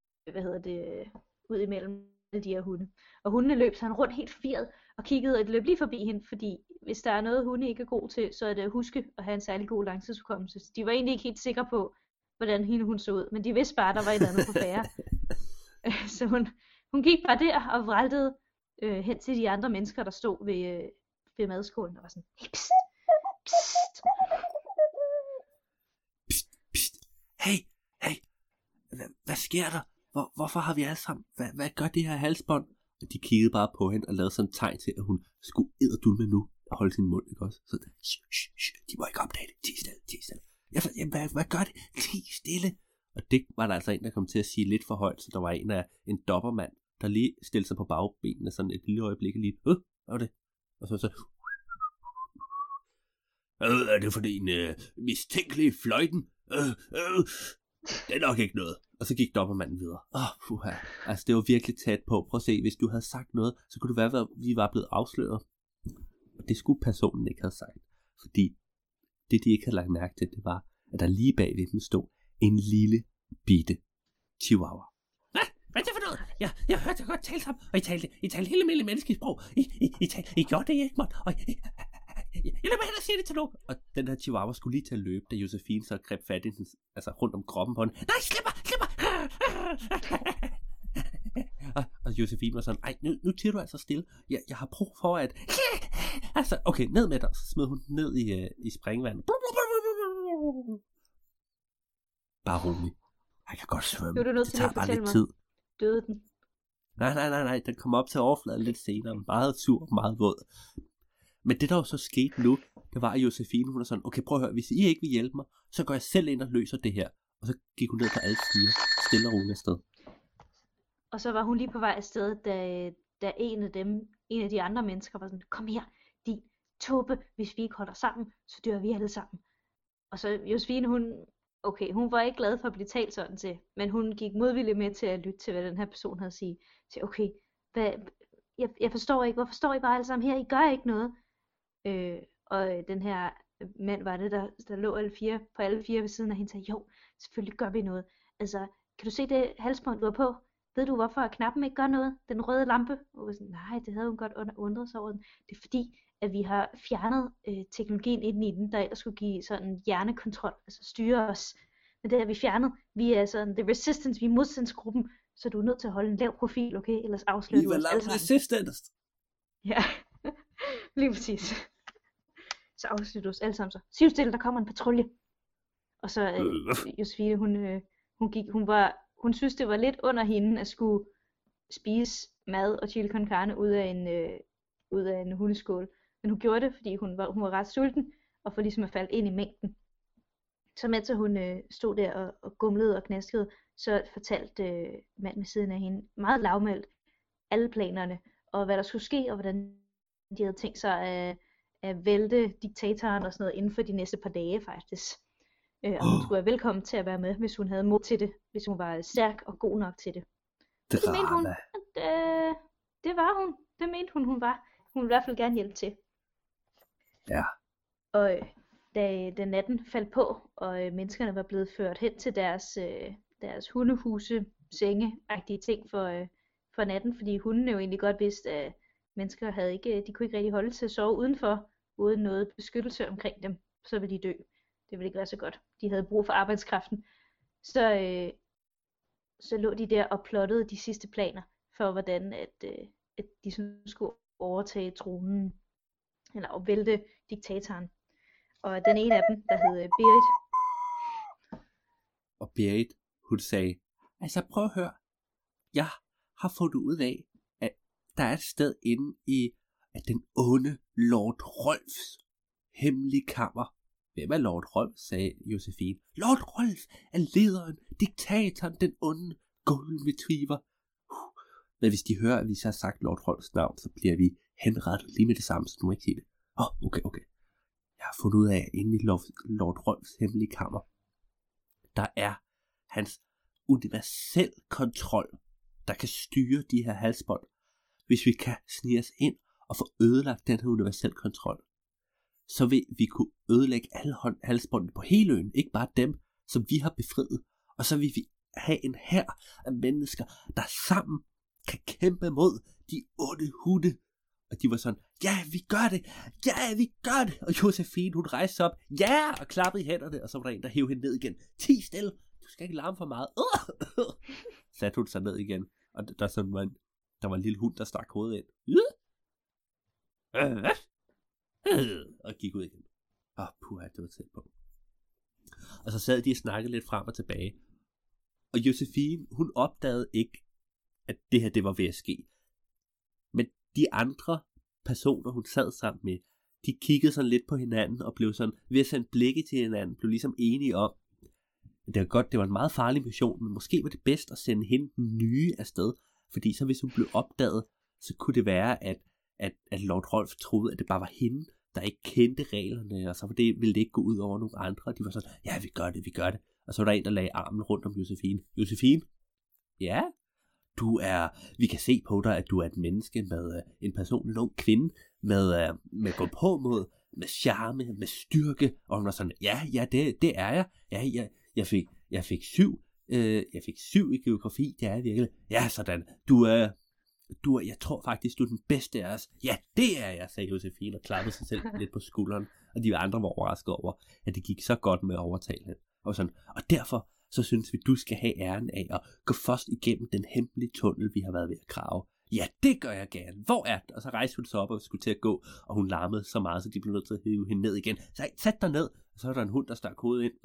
de her hunde. Og hundene løb sådan rundt helt forvirret og kiggede, og det løb lige forbi hende, fordi hvis der er noget, hunde ikke er god til, så er det at huske at have en særlig god langtidshukommelse. De var egentlig ikke helt sikre på, hvordan hun så ud, men de vidste bare, at der var et eller andet på færre. Så hun gik bare der og vræltede hen til de andre mennesker, der stod ved madskålen og var sådan, hey, pst, pst. Pst. Hey, hvad sker der? Hvorfor har vi alle sammen? Hvad gør det her halsbånd? Og de kiggede bare på hende og lavede sådan et tegn til, at hun skulle edderdulle med nu og holde sin mund, ikke også? Så de må ikke opdage det. Ti stille. Hvad gør det? Ti stille. Og det var der altså en, der kom til at sige lidt for højt, så der var en dobbermand, der lige stillede sig på bagbenene sådan et lille øjeblik og lige, hvad var det? Og så er det for en mistænkelig fløjten? det er nok ikke noget. Og så gik dommermanden videre. Altså det var virkelig tæt på. Prøv at se, hvis du havde sagt noget, så kunne det være, at vi var blevet afsløret. Og det skulle personen ikke have sagt. Fordi det de ikke havde lagt mærke til, det var, at der lige bag ved dem stod en lille bitte chihuahua. Hvad er det for noget? Jeg hørte jer godt tale sammen, og I talte hele almindelige menneskesprog. I gjorde det, I ikke måtte. Og jeg lader mig hen og sige det til nogen. Og den her chihuahua skulle lige til at løbe, da Josefine så greb fat i den, altså rundt om kroppen på den. Nej, slip mig! Og Josefine var sådan, nu tiger du altså stille. Jeg har brug for at... Altså, okay, ned med dig. Så smed hun den ned i springvandet. Bare rolig. Jeg kan godt svømme. Nu er du nødt det til tager at bare fortælle lidt mig. tid. Døde den? Nej. Den kom op til overfladen lidt senere. Meget sur, meget våd. Men det der jo så skete nu, det var, at Josefine, hun er sådan, okay, prøv at høre, hvis I ikke vil hjælpe mig, så går jeg selv ind og løser det her. Og så gik hun ned på alle fire, stille og roligt afsted. Og så var hun lige på vej afsted, da en af de andre mennesker var sådan, kom her, din tåbe, hvis vi ikke holder sammen, så dør vi alle sammen. Og så Josefine, hun var ikke glad for at blive talt sådan til, men hun gik modvilligt med til at lytte til, hvad den her person havde at sige. Til, okay, jeg forstår ikke, hvorfor står I bare alle sammen her, I gør ikke noget. Og den her mand var det, der lå på alle fire ved siden af hende, sagde, jo, selvfølgelig gør vi noget. Altså, kan du se det halsbånd, du har på? Ved du, hvorfor knappen ikke gør noget? Den røde lampe? Og sådan, nej, det havde hun godt undret sig over den. Det er fordi, at vi har fjernet teknologien ind i den, der ellers skulle give sådan hjernekontrol, altså styre os. Men det har vi fjernet. Vi er sådan, the resistance, vi er modstandsgruppen, så du er nødt til at holde en lav profil, okay? Ellers afslører du os alle sammen. Resistance. Ja, lige præcis. Så afslører du os alle sammen så. Sig stille, der kommer en patrulje. Og så Josefine, hun synes det var lidt under hende at skulle spise mad og chili con carne ud af en hundeskål. Men hun gjorde det, fordi hun var ret sulten, og for ligesom at falde ind i mængden. Så mens hun stod der og gumlede og knaskede, så fortalte manden ved siden af hende meget lavmældt alle planerne, og hvad der skulle ske, og hvordan de havde tænkt sig at vælte diktatoren og sådan noget inden for de næste par dage faktisk. Og hun skulle være velkommen til at være med, hvis hun havde mod til det, hvis hun var stærk og god nok til det. Det mente hun, at det var hun. Det mente hun var. Hun ville i hvert fald gerne hjælpe til. Ja. Og da natten faldt på, og menneskerne var blevet ført hen til deres hundehuse, senge-agtige ting for natten, fordi hundene jo egentlig godt vidste, at mennesker de kunne ikke rigtig holde til at sove udenfor, uden noget beskyttelse omkring dem, så ville de dø. Det ville ikke være så godt. De havde brug for arbejdskraften. Så lå de der og plottede de sidste planer for, hvordan at de sådan skulle overtage tronen, eller vælte diktatoren. Og den ene af dem, der hed Berit. Og Berit, hun sagde, altså prøv at høre, jeg har fundet ud af, at der er et sted inde i at den onde Lord Rolfs hemmelige kammer. Hvem er Lord Rolf, sagde Josefine. Lord Rolf er lederen, diktatoren, den onde Golden Retriever. Men hvis de hører, at vi så har sagt Lord Rolfs navn, så bliver vi henrettet lige med det samme, så du må ikke sige det. Okay. Jeg har fundet ud af, at inde i Lord Rolfs hemmelige kammer, der er hans universel kontrol, der kan styre de her halsbånd. Hvis vi kan snige os ind og få ødelagt den her universel kontrol, så vil vi kunne ødelægge alle halsbåndene på hele øen, ikke bare dem, som vi har befriet. Og så vil vi have en hær af mennesker, der sammen kan kæmpe mod de onde hunde. Og de var sådan, ja, vi gør det, Og Josefine, hun rejste sig op, ja, og klappede i hænderne, og så var der en, der hævde hende ned igen. Ti stille, du skal ikke larme for meget. Satte hun sig ned igen, og der var en lille hund, der stak hovedet ind. Og gik ud igen. Puha, det var tæt på. Og så sad de og snakkede lidt frem og tilbage. Og Josefine, hun opdagede ikke, at det her, det var ved at ske. Men de andre personer, hun sad sammen med, de kiggede sådan lidt på hinanden, og blev sådan, ved at sende blikke til hinanden, blev ligesom enige om, at det var godt, det var en meget farlig mission, men måske var det bedst at sende hende den nye afsted, fordi så hvis hun blev opdaget, så kunne det være, at Lord Rolf troede, at det bare var hende, der ikke kendte reglerne, og så ville det ikke gå ud over nogle andre. De var sådan, ja, vi gør det. Og så var der en, der lagde armen rundt om Josefine. Josefine? Ja? Vi kan se på dig, at du er et menneske med en person, en ung kvinde, med gå på mod, med charme, med styrke. Og hun var sådan, ja, det er jeg. Ja, jeg fik 7. Jeg fik 7 i geografi, det er jeg virkelig. Ja, sådan. Jeg tror faktisk, du er den bedste af os. Ja, det er jeg, sagde Josefine og klappede sig selv lidt på skulderen. Og de andre var overrasket over, at det gik så godt med at overtale hende. Og derfor så synes vi, du skal have æren af at gå først igennem den hemmelige tunnel, vi har været ved at grave. Ja, det gør jeg gerne. Hvor er den? Og så rejste hun sig op og skulle til at gå, og hun larmede så meget, så de blev nødt til at hive hende ned igen. Så sæt dig ned, og så er der en hund, der stak hovedet ind.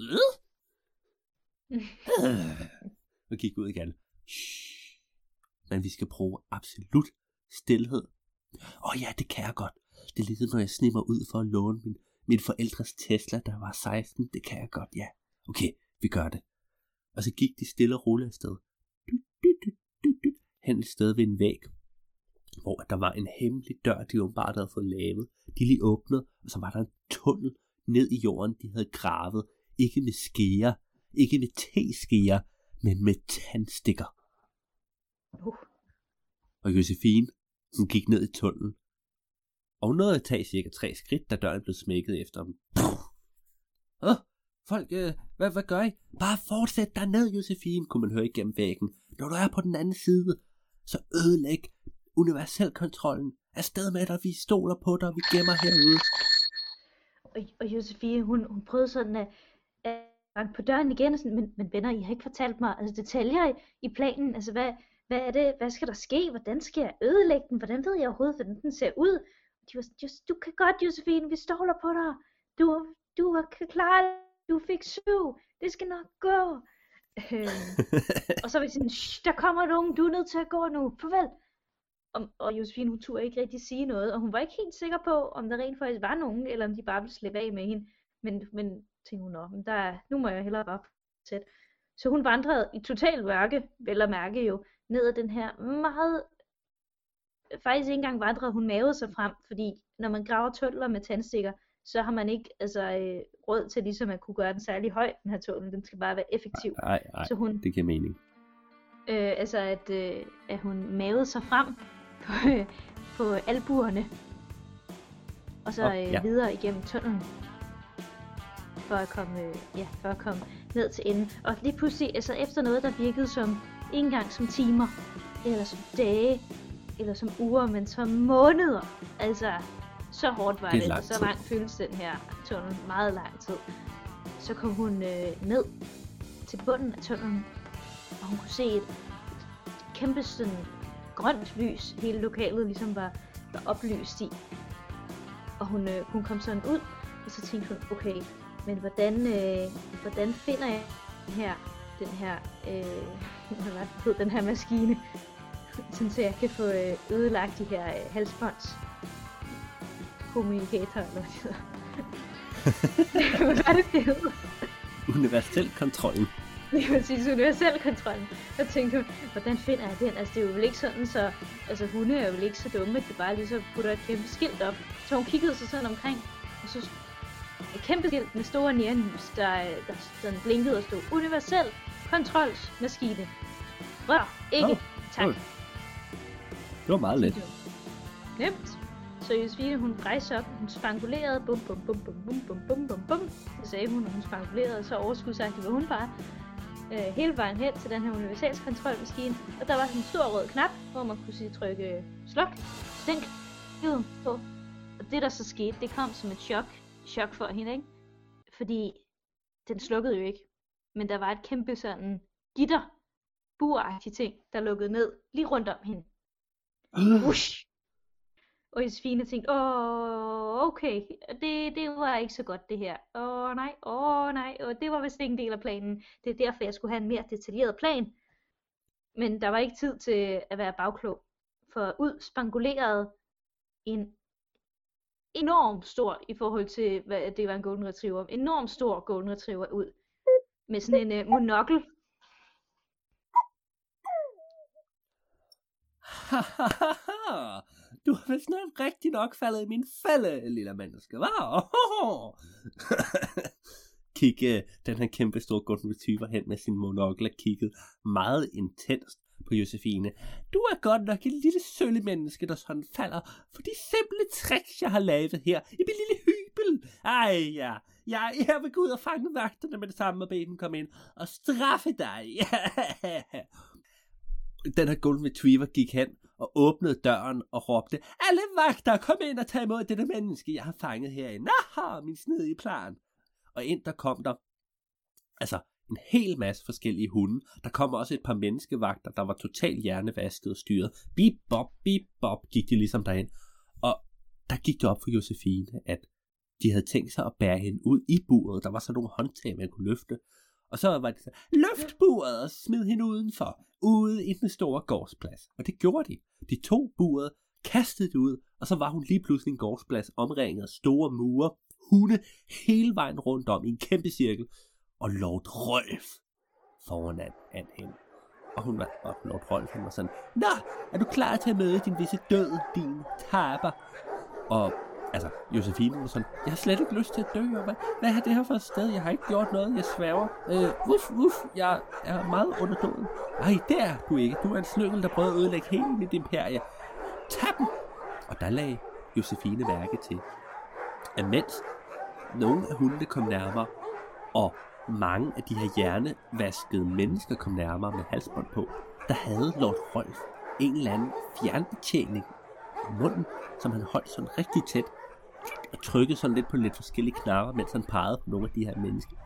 Og gik ud igen. Men vi skal bruge absolut stilhed. Ja, det kan jeg godt. Det er ligesom, når jeg snimmer ud for at låne min forældres Tesla, der var 16. Det kan jeg godt, ja. Okay, vi gør det. Og så gik de stille og roligt afsted. Hen et sted ved en væg, hvor der var en hemmelig dør, de åbenbart havde fået lavet. De lige åbnede, og så var der en tunnel ned i jorden, de havde gravet. Ikke med skeer, ikke med teskeer, men med tandstikker. Og Josefine, hun gik ned i tunnelen, og hun nåede at tage cirka 3 skridt, da døren blev smækket efter dem. Folk, hvad gør I? Bare fortsæt derned, Josefine, kunne man høre igennem væggen. Når du er på den anden side, så ødelæg universelkontrollen. Afsted med dig, vi stoler på dig, vi gemmer herude. Og Josefine, hun prøvede sådan at banke på døren igen, og sådan, men venner, I har ikke fortalt mig detaljer i planen. Altså, hvad er det? Hvad skal der ske? Hvordan skal jeg ødelægge den? Hvordan ved jeg overhovedet, hvordan den ser ud? De var sådan, du kan godt, Josefine, vi stoler på dig. Du kan klare det. Du fik 7. Det skal nok gå. Og så var de sådan, der kommer nogen, du er nødt til at gå nu. Farvel. Og Josefine, hun turde ikke rigtig sige noget, og hun var ikke helt sikker på, om der rent faktisk var nogen, eller om de bare ville slippe af med hende. Men tænkte hun, nu må jeg hellere bare fortsætte. Så hun vandrede i total mørke, vel at mærke jo, ned ad den her meget... Faktisk ikke engang vandrede hun mavede sig frem, fordi når man graver tunneler med tandstikker, så har man ikke råd til ligesom at kunne gøre den særlig høj, den her tunnel. Den skal bare være effektiv. Nej, det giver mening. At hun mavede sig frem på albuerne, og så videre igennem tunnelen, for at komme ned til enden. Og lige pludselig, efter noget, der virkede som ikke engang som timer, eller som dage, eller som uger, men som måneder. Altså, så hårdt var det, så langt føltes den her tunnel, meget lang tid. Så kom hun ned til bunden af tunnelen, og hun kunne se et kæmpe sådan grønt lys, hele lokalet ligesom var oplyst i. Og hun kom sådan ud, og så tænkte hun, okay, men hvordan finder jeg den her maskine, sådan så jeg kan få ødelagt de her halsbånds kommunikator, eller hvad det hedder. Hvad var det hed? Universelkontrollen. Det er præcis, universelkontrollen. Jeg tænkte, hvordan finder jeg den? Altså, det er jo vel ikke sådan, så... Altså, hunde er jo vel ikke så dumme, at de bare lige så putter et kæmpe skilt op. Så hun kiggede sig sådan omkring, og så et kæmpe skilt med store neonlys, der sådan blinkede og stod universel kontrolsmaskine. Rør ikke, tak. Det var meget let. Nemt. Så Josefine, hun rejste op, hun spangulerede, bum bum bum bum bum bum bum bum bum. Det sagde hun, og hun spangulerede, så overskudsagtigt var hun bare hele vejen hen til den her universalkontrolmaskine. Og der var sådan en stor rød knap, hvor man kunne trykke sluk. Så den knappede på. Og det der så skete, det kom som et chok for hende, ikke? Fordi den slukkede jo ikke. Men der var et kæmpe sådan gitter, buragtig ting, der lukkede ned lige rundt om hende. Ush! Og Josefine tænkte, okay, det var ikke så godt det her. Nej, og det var vist ikke en del af planen. Det er derfor, jeg skulle have en mere detaljeret plan. Men der var ikke tid til at være bagklog. For ud spangulerede en enormt stor, i forhold til, hvad det var en golden retriever, enormt stor golden retriever ud. Med sådan en monokkel. Du har vel snart rigtig nok faldet i min fælde, lille menneske, hva'? Kigge den her kæmpe store golden retriever hen med sin monokler, kiggede meget intenst på Josefine. Du er godt nok et lille sølle menneske, der sådan falder for de simple tricks, jeg har lavet her i min lille hybel. Ej ja, jeg vil gå ud og fange vagterne med det samme, og bede dem komme ind og straffe dig. Den her golden retriever gik hen og åbnede døren og råbte, alle vagter, kom ind og tag imod dette menneske, jeg har fanget herinde. Aha, min snedige plan. Og ind der kom der, altså en hel masse forskellige hunde. Der kom også et par menneskevagter, der var totalt hjernevasket og styret. Bip, bop, gik de ligesom derind. Og der gik det op for Josefine, at de havde tænkt sig at bære hende ud i buret. Der var så nogle håndtag, man kunne løfte. Og så var det så, løft buret og smid hende udenfor, ude i den store gårdsplads. Og det gjorde de. De tog buret, kastede det ud, og så var hun lige pludselig en gårdsplads, omringet af store mure, hunde hele vejen rundt om i en kæmpe cirkel, og Lord Rolf foran hende. Og Lord Rolf, han var sådan, nå, er du klar til at møde din visse død, din taber? Og altså, Josefine var sådan, jeg har slet ikke lyst til at dø, og hvad er det her for et sted? Jeg har ikke gjort noget, jeg sværger. Jeg er meget under døden. Ej, det er du ikke. Du er en slyngel, der prøver at ødelægge hele mit imperie. Tag dem! Og der lagde Josefine mærke til, at mens nogle af hundene kom nærmere, og mange af de her hjernevaskede mennesker kom nærmere med halsbånd på, der havde Lord Rolf en eller anden fjernbetjening i munden, som han holdt sådan rigtig tæt, og trykkede sådan lidt på lidt forskellige knapper, mens han pegede på nogle af de her mennesker.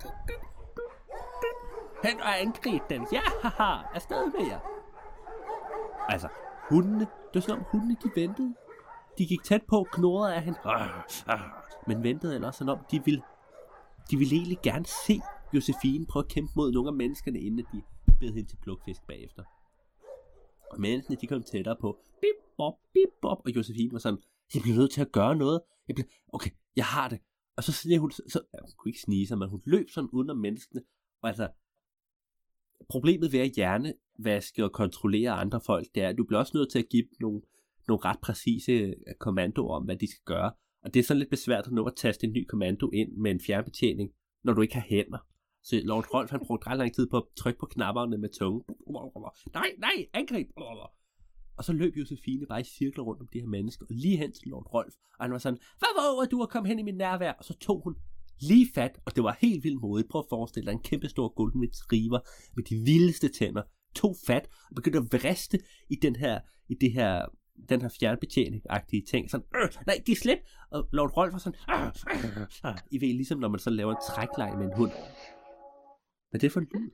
Hen og angreb den! Ja, haha! Afsted med jer! Altså, hundene, det var sådan om hundene, de ventede. De gik tæt på, knurrede af hende, men ventede ellers sådan om, de ville egentlig gerne se Josefine prøve at kæmpe mod nogle af menneskerne, inden de bed hende til plukfisk bagefter. Og menneskene, de kom tættere på, bip, bop, og Josefine var sådan, jeg bliver nødt til at gøre noget. Okay, jeg har det. Og så sneg hun, hun kunne ikke snige sig, men hun løb sådan under menneskene. Og altså, problemet ved at hjernevaske og kontrollere andre folk, det er, at du bliver også nødt til at give dem nogle ret præcise kommandoer om, hvad de skal gøre. Og det er sådan lidt besvært at nå at taste en ny kommando ind med en fjernbetjening, når du ikke har hænder. Så Lord Rolf, han brugte ret lang tid på at trykke på knapperne med tunge. Nej, angreb! Og så løb Josefine bare i cirkler rundt om de her mennesker, og lige hen til Lord Rolf. Og han var sådan, hvad våger du at komme hen i min nærvær? Og så tog hun lige fat, og det var helt vildt modigt. Prøv at forestille dig en kæmpe stor golden retriever med de vildeste tænder. Tog fat og begyndte at vriste i den her fjernbetjening-agtige ting. Sådan, nej, giv slip! Og Lord Rolf var sådan, I ved, ligesom når man så laver en trækleg med en hund. Hvad er det for en lyd?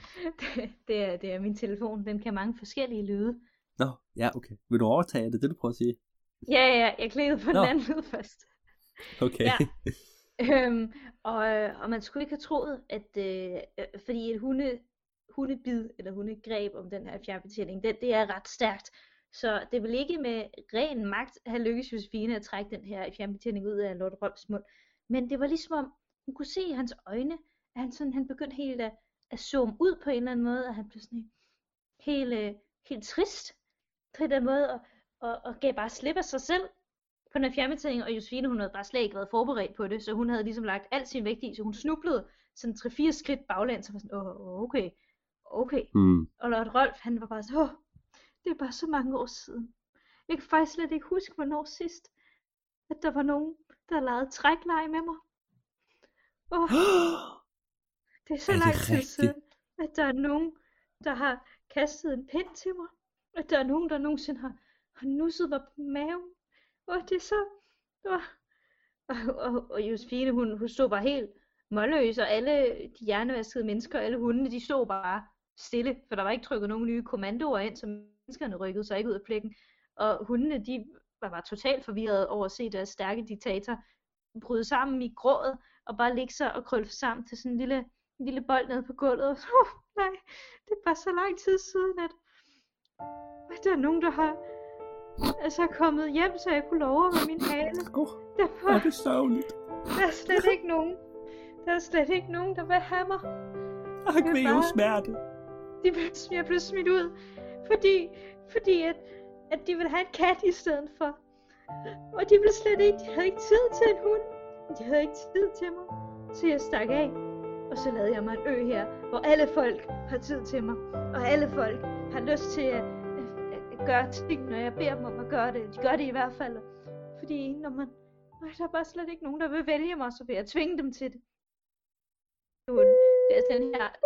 Det er min telefon. Den kan mange forskellige lyde. Nå, ja, okay. Vil du overtage det, du prøver at sige? Ja, jeg klikkede på den anden lyd først. Okay. Ja. Og man skulle ikke have troet, at fordi et hundebid eller hundegreb om den her fjernbetjening, det er ret stærkt. Så det vil ikke med ren magt have lykkes Josefine at trække den her fjernbetjening ud af Lord Rolfs mund. Men det var ligesom om, hun kunne se i hans øjne, at han begyndte helt at zoome ud på en eller anden måde, og han blev sådan helt trist på en eller anden måde, og gav bare slip af sig selv på den her fjernbetjening, og Josefine, hun havde bare slet ikke været forberedt på det, så hun havde ligesom lagt al sin vægt i, så hun snublede sådan 3-4 skridt baglæns, og var sådan, okay. Og Lord Rolf, han var bare så, det er bare så mange år siden. Jeg kan faktisk slet ikke huske, hvornår sidst, at der var nogen, der lavede trækleje med mig. Det er så lang tid siden, at der er nogen, der har kastet en pind til mig. At der er nogen, der nogensinde har nusset mig på maven. Det er så... Og Josefine, hun stod bare helt målløs, og alle de hjernevaskede mennesker, alle hundene, de stod bare stille, for der var ikke trykket nogen nye kommandoer ind, så menneskerne rykkede sig ikke ud af plækken. Og hundene, de var bare totalt forvirrede over at se deres stærke diktator bryde sammen i grådet, og bare ligge sig og krølle sammen til sådan en lille bold nede på gulvet. Nej, det er bare så lang tid siden, at der er nogen, der har kommet hjem, så jeg kunne love med min hale. Er det sørgeligt? Der er slet ikke nogen, der vil have mig. Jeg vil jo smerte. Jeg blev smidt ud, fordi at de vil have en kat i stedet for. Og de blev slet ikke, de havde ikke tid til en hund. De havde ikke tid til mig. Så jeg stak af. Og så lavede jeg mig en ø her, hvor alle folk har tid til mig. Og alle folk har lyst til at gøre ting, når jeg beder dem om at gøre det. De gør det i hvert fald. Fordi når der er bare slet ikke nogen, der vil vælge mig, så vil jeg tvinge dem til det. Det er den her.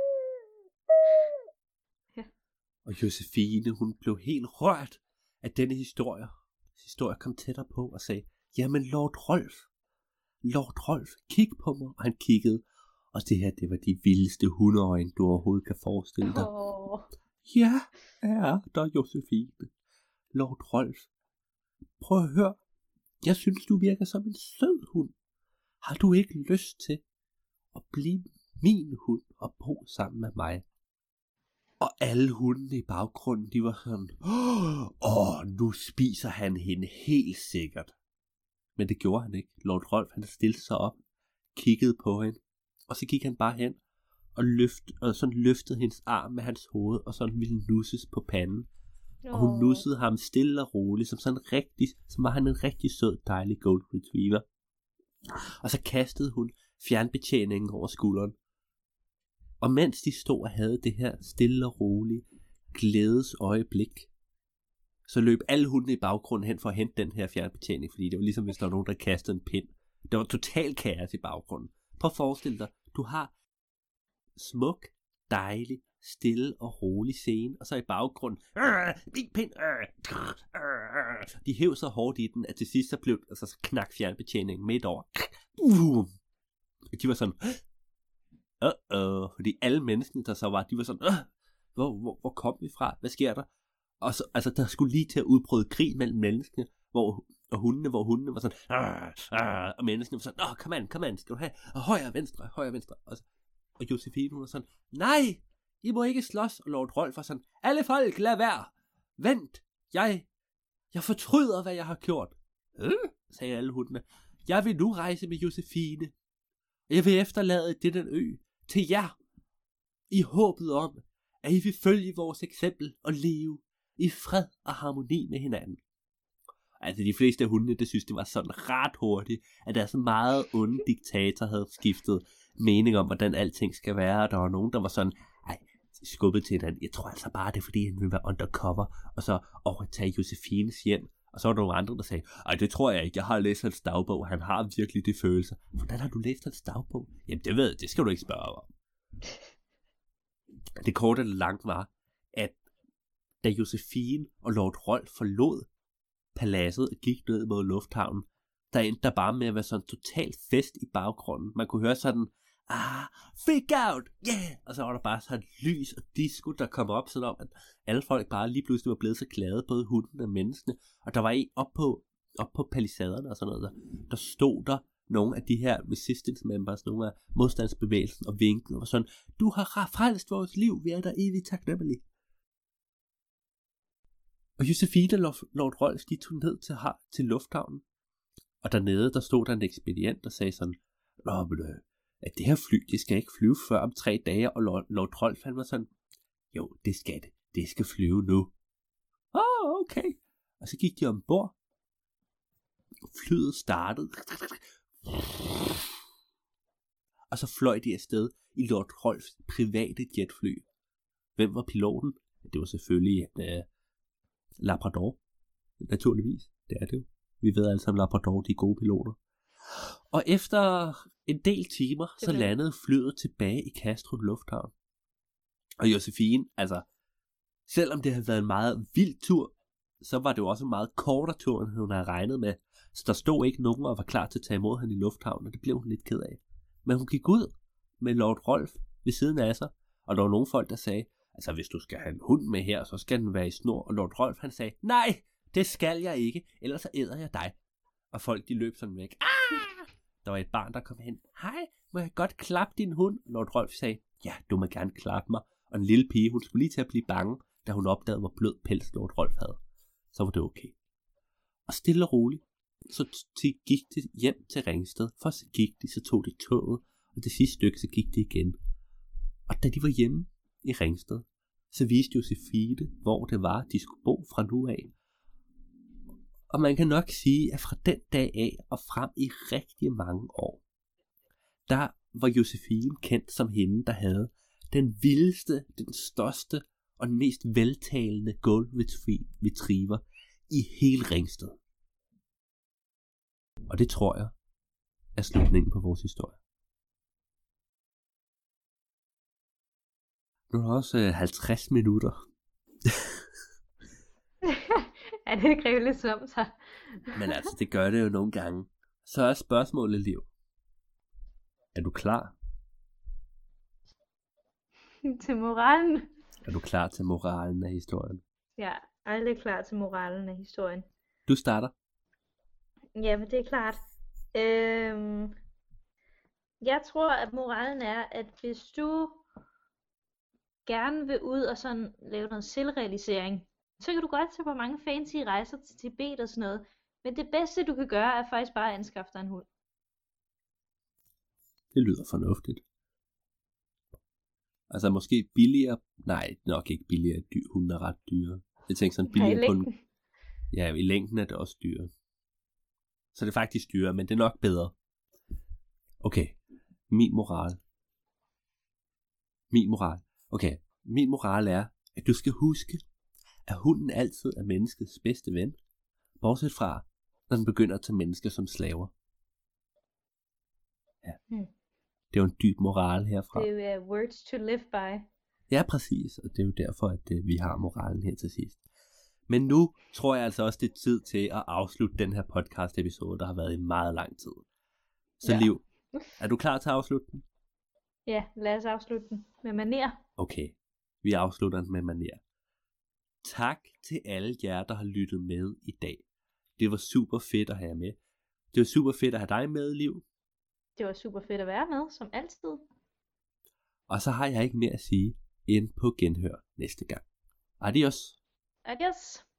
Ja. Og Josefine, hun blev helt rørt af denne historie. Historie kom tættere på og sagde, jamen Lord Rolf, kig på mig. Og han kiggede, og det her, det var de vildeste hundeøjne, du overhovedet kan forestille dig. Ja, der Josefine. Lord Rolf, prøv at høre. Jeg synes, du virker som en sød hund. Har du ikke lyst til at blive min hund og bo sammen med mig? Og alle hundene i baggrunden, de var sådan, nu spiser han hende helt sikkert. Men det gjorde han ikke. Lord Rolf, han stillede sig op, kiggede på hende, og så gik han bare hen og sådan løftede hendes arm med hans hoved, og sådan ville nusses på panden. Og hun nussede ham stille og roligt, som var han en rigtig sød, dejlig golden retriever. Og så kastede hun fjernbetjeningen over skulderen. Og mens de stod og havde det her stille og rolige glædesøjeblik, så løb alle hundene i baggrunden hen for at hente den her fjernbetjening, fordi det var ligesom hvis der var nogen, der kastede en pind. Der var total kaos i baggrunden. Prøv at forestille dig, du har smuk, dejlig, stille og rolig scene, og så i baggrunden, min pind, de hæv så hårdt i den, at til sidst så knak fjernbetjeningen midt over. Og de var sådan, fordi alle menneskene, der så var, de var sådan, hvor kom vi fra? Hvad sker der? Og så, altså, der skulle lige til at udbryde krig mellem menneskene, hvor hundene var sådan, og menneskene var sådan, kom an, skal du have højre, venstre. Og Josefine, hun var sådan, nej, I må ikke slås. Og Lord Rolf var sådan, alle folk, lad være. Vent, jeg fortryder, hvad jeg har gjort. Sagde alle hundene. Jeg vil nu rejse med Josefine. Jeg vil efterlade den ø til jer, i håbet om, at I vil følge vores eksempel og leve i fred og harmoni med hinanden. Altså de fleste af hundene, det synes det var sådan ret hurtigt, at der så meget onde diktator havde skiftet mening om, hvordan alting skal være. Der var nogen, der var sådan, skubbet til hinanden. Jeg tror altså bare, det er fordi, han vil være undercover, og så overtage Josefines hjem. Og så var der nogle andre, der sagde, det tror jeg ikke, jeg har læst hans dagbog, han har virkelig de følelser. Hvordan har du læst hans dagbog? Jamen det skal du ikke spørge om. Det korte eller langt var, at da Josefine og Lord Rolf forlod paladset og gik ned mod lufthavnen, der endte der bare med at være sådan en total fest i baggrunden. Man kunne høre sådan, freak out, yeah! Og så var der bare sådan lys og disco, der kom op, sådan om, at alle folk bare lige pludselig var blevet så glade, både hunden og menneskene. Og der var en op på palisaderne og sådan noget, der stod der nogle af de her resistance members, nogle af modstandsbevægelsen og vinkede, og sådan, du har frelst vores liv, vi er der evigt taknemmelige. Og Josefine og Lord Rolf, de tog ned til lufthavnen, og dernede, der stod der en ekspedient, der sagde sådan, at det her fly, det skal ikke flyve før om 3 dage, og Lord Rolf, han var sådan, jo, det skal det. Det skal flyve nu. Okay. Og så gik de ombord. Flyet startede. Og så fløj de afsted i Lord Rolfs private jetfly. Hvem var piloten? Det var selvfølgelig en Labrador. Naturligvis. Det er det jo. Vi ved alle sammen, Labrador, de er gode piloter. Og efter en del timer, så landede flyet tilbage i Kastrup Lufthavn. Og Josefine, altså, selvom det havde været en meget vild tur, så var det jo også en meget kortere tur, end hun havde regnet med. Så der stod ikke nogen, og var klar til at tage imod hende i lufthavnen, og det blev hun lidt ked af. Men hun gik ud med Lord Rolf ved siden af sig, og der var nogle folk, der sagde, altså hvis du skal have en hund med her, så skal den være i snor. Og Lord Rolf, han sagde, nej, det skal jeg ikke, ellers så æder jeg dig. Og folk, de løb sådan væk. Der var et barn, der kom hen. Hej, må jeg godt klappe din hund? Lord Rolf sagde, ja, du må gerne klappe mig. Og en lille pige, hun skulle lige til at blive bange, da hun opdagede, hvor blød pels Lord Rolf havde. Så var det okay. Og stille og roligt, så gik de hjem til Ringsted. Først så gik de, så tog de toget, og det sidste stykke, så gik de igen. Og da de var hjemme i Ringsted, så viste Josefine, hvor det var, de skulle bo fra nu af. Og man kan nok sige, at fra den dag af og frem i rigtig mange år, der var Josefine kendt som hende, der havde den vildeste, den største og den mest veltalende golden retriever i hele Ringsted. Og det tror jeg er slutningen på vores historie. Nu er der også 50 minutter. Ja, det kræver lidt som sig. Men altså, det gør det jo nogle gange. Så er spørgsmålet, Liv. Er du klar? Til moralen? Er du klar til moralen af historien? Ja, aldrig klar til moralen af historien. Du starter. Ja, men det er klart. Jeg tror, at moralen er, at hvis du gerne vil ud og sådan lave noget selvrealisering, så kan du godt tage på mange fancy rejser til Tibet og sådan noget. Men det bedste du kan gøre, er faktisk bare at anskaffe dig en hund. Det lyder fornuftigt. Altså måske billigere. Nej, nok ikke billigere. Hunde er ret dyre. Jeg tænker sådan billigere på en... Ja, i længden er det også dyre. Så det er faktisk dyre, men det er nok bedre. Okay, min moral. Okay, min moral er, at du skal huske, at hunden altid er menneskets bedste ven. Bortset fra, når den begynder at tage mennesker som slaver. Ja. Det er jo en dyb moral herfra. Det er words to live by. Ja, præcis. Og det er jo derfor, at vi har moralen her til sidst. Men nu tror jeg altså også, det er tid til at afslutte den her podcast episode, der har været i meget lang tid. Så ja. Liv, er du klar til at afslutte den? Ja, lad os afslutte den med maner. Okay, vi afslutter den med maner. Tak til alle jer, der har lyttet med i dag. Det var super fedt at have jer med. Det var super fedt at have dig med, Liv. Det var super fedt at være med, som altid. Og så har jeg ikke mere at sige end på genhør næste gang. Adios. Adios.